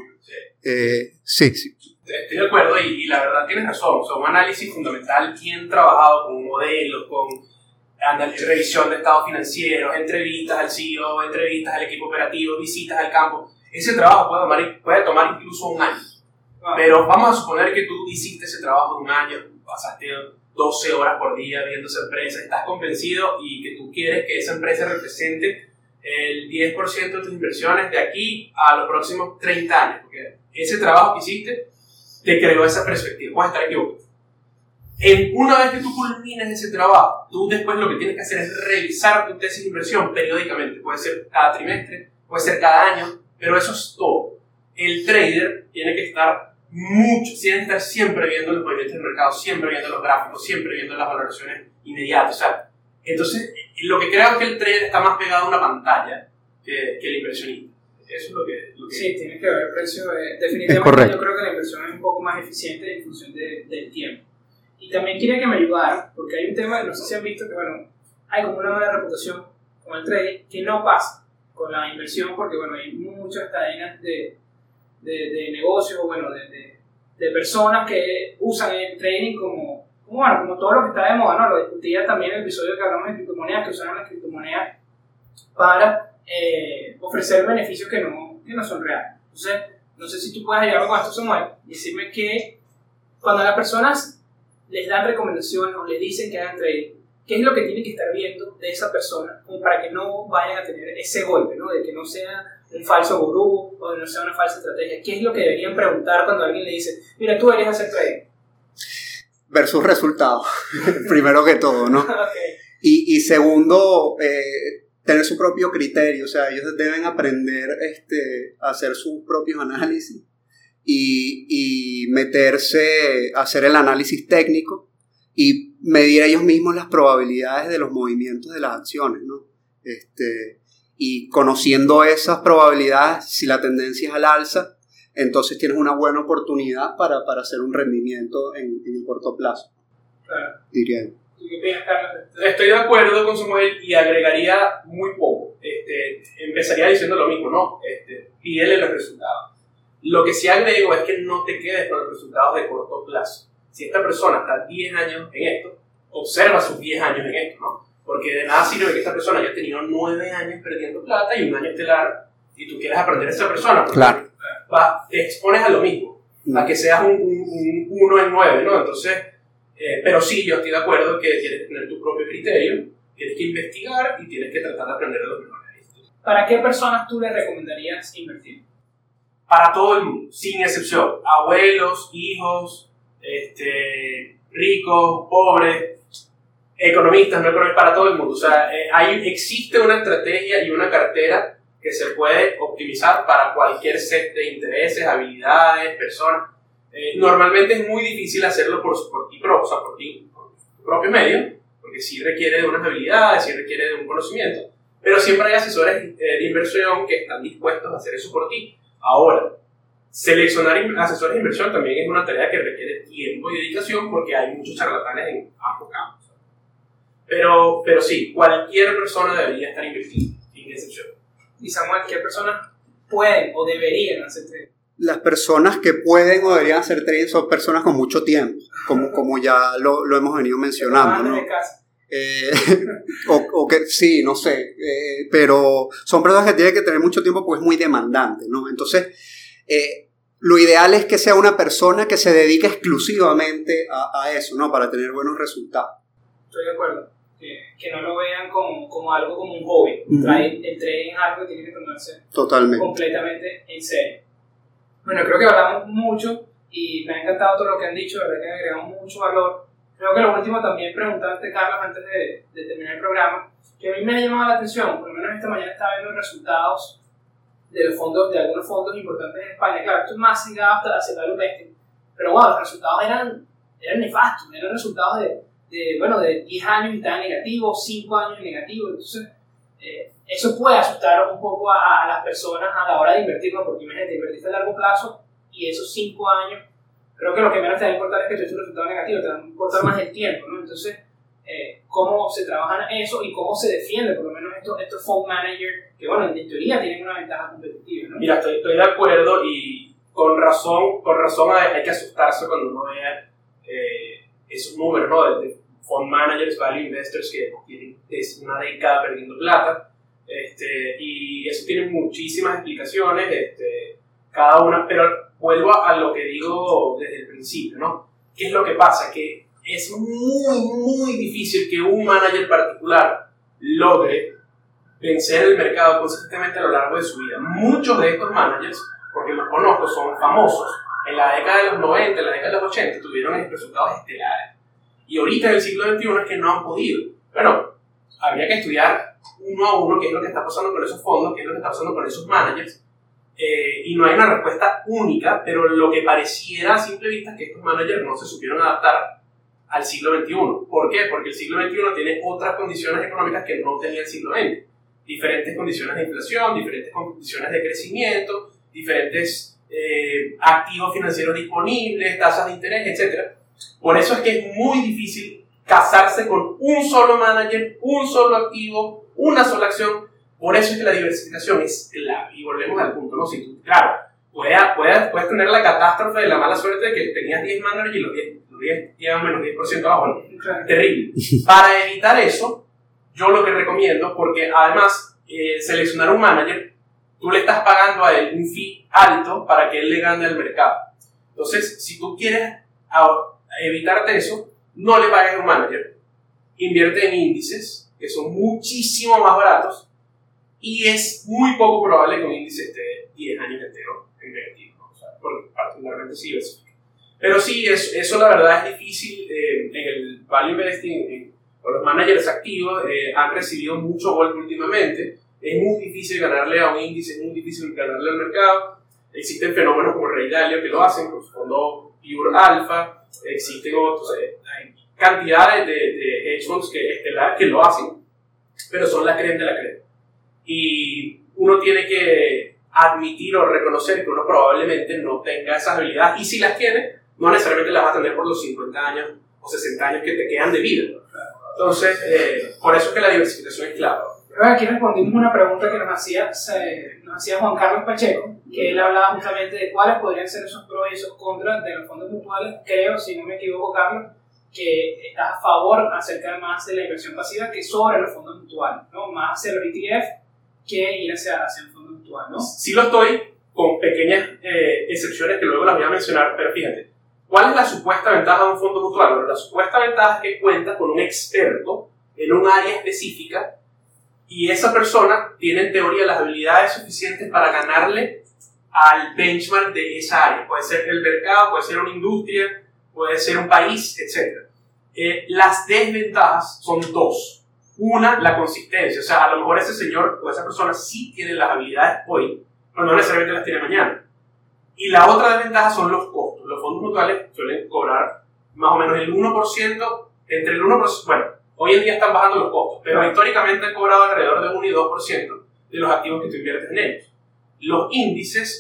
Sí. Estoy de acuerdo y la verdad tienes razón. O sea, un análisis fundamental bien trabajado con modelos, con revisión de estados financieros, entrevistas al CEO, entrevistas al equipo operativo, visitas al campo. Ese trabajo puede tomar incluso un año. Pero vamos a suponer que tú hiciste ese trabajo de un año, pasaste 12 horas por día viendo esa empresa, estás convencido y que tú quieres que esa empresa represente el 10% de tus inversiones de aquí a los próximos 30 años, porque ese trabajo que hiciste te creó esa perspectiva. Puedes estar equivocado. Una vez que tú culmines ese trabajo, tú después lo que tienes que hacer es revisar tu tesis de inversión periódicamente. Puede ser cada trimestre, puede ser cada año, pero eso es todo. El trader tiene que estar siempre viendo los movimientos del mercado, siempre viendo los gráficos, siempre viendo las valoraciones inmediatas. O sea, entonces, lo que creo es que el trader está más pegado a una pantalla que el inversionista. Eso es lo que sí, tiene que ver el precio. Definitivamente yo creo que la inversión es un poco más eficiente en función del tiempo. Y también quería que me ayudaran, porque hay un tema, no sé si han visto que, bueno, hay como una mala reputación con el trading que no pasa con la inversión, porque, bueno, hay muchas cadenas de negocios, bueno, de personas que usan el trading como todo lo que está de moda, ¿no? Lo discutía también en el episodio que hablamos de criptomonedas, que usaron las criptomonedas para ofrecer beneficios que no son reales. Entonces, no sé si tú puedes ayudarme con esto, Samuel, y decirme que cuando las personas les dan recomendaciones o les dicen que hagan trading, ¿qué es lo que tienen que estar viendo de esa persona como para que no vayan a tener ese golpe, ¿no? De que no sea un falso gurú o de no sea una falsa estrategia? ¿Qué es lo que deberían preguntar cuando alguien le dice, mira, tú deberías hacer trading? Ver sus resultados, primero que todo, ¿no? Okay. Y segundo, tener su propio criterio, o sea, ellos deben aprender a hacer sus propios análisis y meterse a hacer el análisis técnico y medir ellos mismos las probabilidades de los movimientos de las acciones, ¿no? Y conociendo esas probabilidades, si la tendencia es al alza, entonces tienes una buena oportunidad para hacer un rendimiento en el corto plazo. Claro. Diría yo. ¿Tú qué opinas, Carlos? Estoy de acuerdo con Samuel y agregaría muy poco. Empezaría diciendo lo mismo, ¿no? Pídele los resultados. Lo que sí agrego es que no te quedes con los resultados de corto plazo. Si esta persona está 10 años en esto, observa sus 10 años en esto, ¿no? Porque de nada sirve que esta persona haya tenido 9 años perdiendo plata y un año estelar y tú quieres aprender a esa persona. Claro. Te expones a lo mismo, a que seas un 1 en 9, ¿no? Entonces, pero sí, yo estoy de acuerdo que tienes que tener tu propio criterio, tienes que investigar y tienes que tratar de aprender de los mejores. ¿Para qué personas tú le recomendarías invertir? Para todo el mundo, sin excepción. Abuelos, hijos, ricos, pobres, economistas, no economistas, para todo el mundo. O sea, existe una estrategia y una cartera que se puede optimizar para cualquier set de intereses, habilidades, personas. Normalmente es muy difícil hacerlo por ti propio, o sea, por tu propio medio, porque sí requiere de unas habilidades, sí requiere de un conocimiento, pero siempre hay asesores de inversión que están dispuestos a hacer eso por ti. Ahora, seleccionar asesores de inversión también es una tarea que requiere tiempo y dedicación porque hay muchos charlatanes en ambos campos. Pero sí, cualquier persona debería estar invirtiendo, sin excepción. Y Samuel, ¿qué personas pueden o deberían hacer trading? Las personas que pueden o deberían hacer trading son personas con mucho tiempo, como ya lo hemos venido mencionando, ¿no? De casa. O que sí, no sé, pero son personas que tienen que tener mucho tiempo porque es muy demandante, ¿no? Entonces, lo ideal es que sea una persona que se dedique exclusivamente a eso, ¿no? Para tener buenos resultados. Estoy de acuerdo. Que no lo vean como algo, como un hobby. Uh-huh. El trading es algo que tiene que tomarse totalmente completamente en serio. Bueno, creo que hablamos mucho y me ha encantado todo lo que han dicho, de verdad que agregamos mucho valor. Creo que lo último también preguntarte, Carlos, antes de terminar el programa, que a mí me ha llamado la atención, por lo menos esta mañana estaba viendo resultados de los fondos, de algunos fondos importantes en España. Claro, esto es más ligado hacia el value investing, pero bueno, los resultados eran nefastos, eran resultados de 10 años y estaban negativos, 5 años negativos. Entonces eso puede asustar un poco a las personas a la hora de invertir, ¿no? Porque imagínate, invertiste a largo plazo y esos 5 años, creo que lo que menos te va a importar es que tu resultado negativo, te va a importar más el tiempo, ¿no? Entonces, cómo se trabaja eso y cómo se defiende, por lo menos estos fund managers, que bueno, en teoría tienen una ventaja competitiva, ¿no? Mira, estoy de acuerdo y con razón hay que asustarse cuando uno vea esos números, ¿no? De fund managers, value investors que tienen una década perdiendo plata, y eso tiene muchísimas explicaciones, cada una, pero vuelvo a lo que digo desde el principio, ¿no? ¿Qué es lo que pasa? Que es muy difícil que un manager particular logre vencer el mercado consistentemente a lo largo de su vida. Muchos de estos managers, porque los conozco, son famosos. En la década de los 90, en la década de los 80, tuvieron resultados estelares. Y ahorita en el siglo XXI es que no han podido. Bueno, habría que estudiar uno a uno qué es lo que está pasando con esos fondos, qué es lo que está pasando con esos managers. Y no hay una respuesta única, pero lo que pareciera a simple vista es que estos managers no se supieron adaptar al siglo XXI. ¿Por qué? Porque el siglo XXI tiene otras condiciones económicas que no tenía el siglo XX. Diferentes condiciones de inflación, diferentes condiciones de crecimiento, diferentes activos financieros disponibles, tasas de interés, etc. Por eso es que es muy difícil casarse con un solo manager, un solo activo, una sola acción. Por eso es que la diversificación es clave. Y volvemos al punto, ¿no? Si tú, claro, puedes tener la catástrofe de la mala suerte de que tenías 10 managers y los 10 llevan menos 10% abajo. Bueno, terrible. Para evitar eso, yo lo que recomiendo, porque además seleccionar un manager, tú le estás pagando a él un fee alto para que él le gane al mercado. Entonces, si tú quieres evitarte eso, no le pagues a un manager. Invierte en índices, que son muchísimo más baratos, y es muy poco probable que un índice esté 10 años entero en negativo, ¿no? O sea, porque particularmente sí diversifica. Pero sí, eso la verdad es difícil. En el value investing, los managers activos han recibido mucho golpe últimamente. Es muy difícil ganarle a un índice, es muy difícil ganarle al mercado. Existen fenómenos como Ray Dalio que lo hacen, con su fondo Pure Alpha. Existen otros, hay cantidades de hedge funds estelares que lo hacen, pero son la crema de la crema. Y uno tiene que admitir o reconocer que uno probablemente no tenga esas habilidades, y si las tiene, no necesariamente las vas a tener por los 50 años o 60 años que te quedan de vida. Entonces, por eso es que la diversificación es clave. Aquí respondimos una pregunta que nos hacía Juan Carlos Pacheco, que él hablaba justamente de cuáles podrían ser esos pros y esos contras de los fondos mutuales. Creo, si no me equivoco, Carlos, que estás a favor acerca más de la inversión pasiva que sobre los fondos mutuales, ¿no? Más hacia los ETF que ir hacia el fondo mutual, ¿no? Sí lo estoy, con pequeñas excepciones que luego las voy a mencionar, pero fíjate, ¿cuál es la supuesta ventaja de un fondo mutual? Bueno, la supuesta ventaja es que cuenta con un experto en un área específica y esa persona tiene en teoría las habilidades suficientes para ganarle al benchmark de esa área. Puede ser el mercado, puede ser una industria, puede ser un país, etc. Las desventajas son dos. Una, la consistencia. O sea, a lo mejor ese señor o esa persona sí tiene las habilidades hoy, pero no necesariamente las tiene mañana. Y la otra desventaja son los costos. Los fondos mutuales suelen cobrar más o menos el 1%, entre el 1%, bueno, hoy en día están bajando los costos, pero históricamente han cobrado alrededor de 1 y 2% de los activos que tú inviertes en ellos. Los índices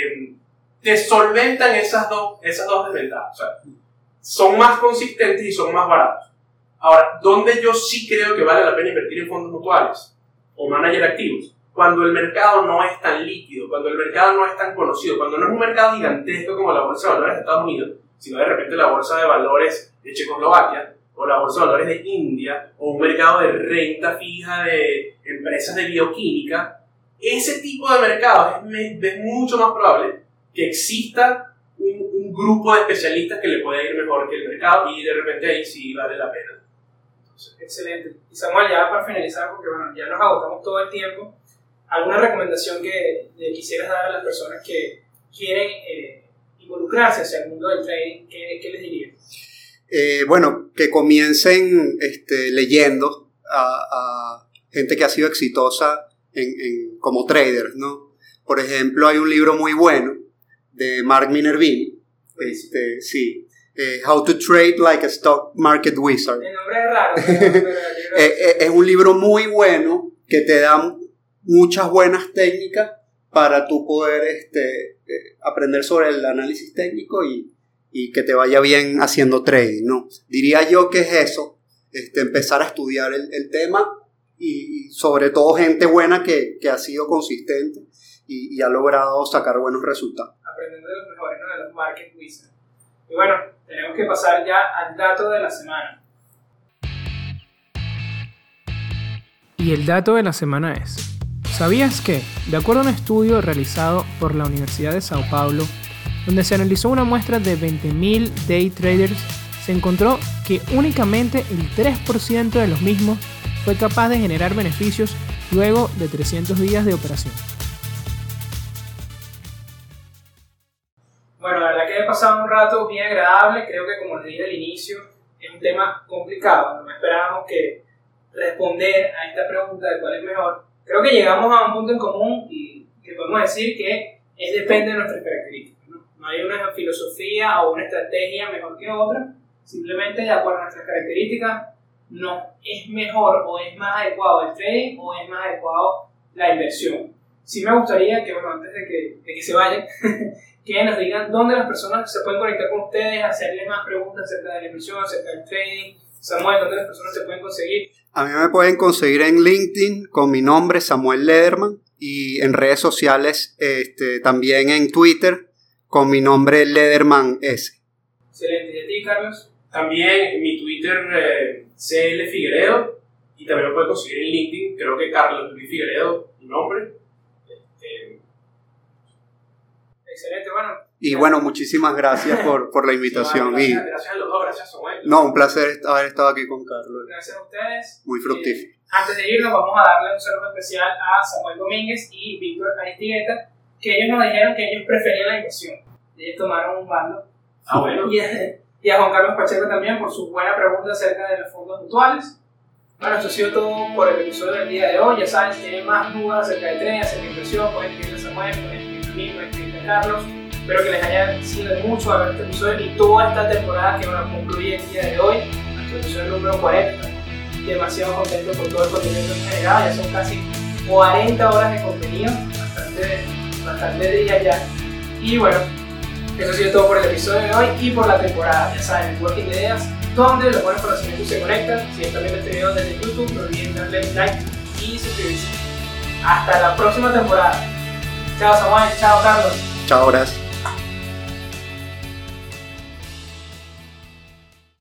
te solventan esas dos desventajas. O sea, son más consistentes y son más baratos. Ahora, ¿dónde yo sí creo que vale la pena invertir en fondos mutuales o manager activos? Cuando el mercado no es tan líquido, cuando el mercado no es tan conocido, cuando no es un mercado gigantesco como la bolsa de valores de Estados Unidos, sino de repente la bolsa de valores de Checoslovaquia o la bolsa de valores de India o un mercado de renta fija de empresas de bioquímica. Ese tipo de mercados es mucho más probable que exista un grupo de especialistas que le pueda ir mejor que el mercado, y de repente ahí sí vale la pena. Entonces, excelente. Y Samuel, ya para finalizar, porque bueno, ya nos agotamos todo el tiempo, ¿alguna recomendación que le quisieras dar a las personas que quieren involucrarse hacia el mundo del trading, ¿qué les diría? Bueno, que comiencen leyendo a gente que ha sido exitosa como traders, ¿no? Por ejemplo, hay un libro muy bueno de Mark Minervini, sí, How to Trade Like a Stock Market Wizard. El nombre es raro, pero es un libro muy bueno que te da muchas buenas técnicas para tú poder aprender sobre el análisis técnico y que te vaya bien haciendo trading, ¿no? Diría yo que es eso, empezar a estudiar el tema y sobre todo gente buena que ha sido consistente y ha logrado sacar buenos resultados. Aprender de los mejores, ¿no? De los market wizards. Y bueno, tenemos que pasar ya al dato de la semana. Y el dato de la semana es: ¿sabías que, de acuerdo a un estudio realizado por la Universidad de Sao Paulo, donde se analizó una muestra de 20.000 day traders, se encontró que únicamente el 3% de los mismos fue capaz de generar beneficios luego de 300 días de operación? Bueno, la verdad que he pasado un rato bien agradable. Creo que, como les dije al inicio, es un tema complicado. No esperábamos que responder a esta pregunta de cuál es mejor. Creo que llegamos a un punto en común y que podemos decir que depende de nuestras características, ¿no? No hay una filosofía o una estrategia mejor que otra. Simplemente, de acuerdo a nuestras características, no es mejor o es más adecuado el trading o es más adecuado la inversión. Sí me gustaría que, bueno, antes de que se vayan, que nos digan dónde las personas se pueden conectar con ustedes, hacerles más preguntas acerca de la inversión, acerca del trading. Samuel, ¿dónde las personas se pueden conseguir? A mí me pueden conseguir en LinkedIn con mi nombre, Samuel Lederman, y en redes sociales, también en Twitter con mi nombre, Lederman S. Excelente. ¿Y a ti, Carlos? También en mi Twitter, CL Figueredo, y también me pueden conseguir en LinkedIn, creo que Carlos Luis Figueredo, mi nombre. Excelente, bueno. Y bueno, muchísimas gracias por la invitación. Sí, gracias a los dos, gracias Samuel. No, un placer haber estado aquí con Carlos. Gracias a ustedes. Muy fructífero. Antes de irnos, vamos a darle un saludo especial a Samuel Domínguez y Víctor Aristigueta, que ellos nos dijeron que ellos preferían la inversión. Ellos tomaron un bando. Bueno. Y a Juan Carlos Pacheco también por su buena pregunta acerca de los fondos mutuales. Bueno, esto ha sido todo por el episodio del día de hoy. Ya saben, si tienen más dudas acerca de trading, acerca de inversión, pueden escribirle a Samuel, pueden escribirle a mí, pueden escribirle a Carlos. Espero que les haya sido de mucho a ver este episodio y toda esta temporada que concluye el día de hoy, nuestro episodio número 40. Demasiado contento con todo el contenido que hemos generado. Ya son casi 40 horas de contenido, bastante días ya. Y bueno, eso ha sido todo por el episodio de hoy y por la temporada. Ya saben, Networking de Ideas, donde los buenos conocimientos se conectan. Si están viendo este video desde YouTube, no olviden darle like y suscribirse. Hasta la próxima temporada. Chao Samuel, chao Carlos. Chao, gracias.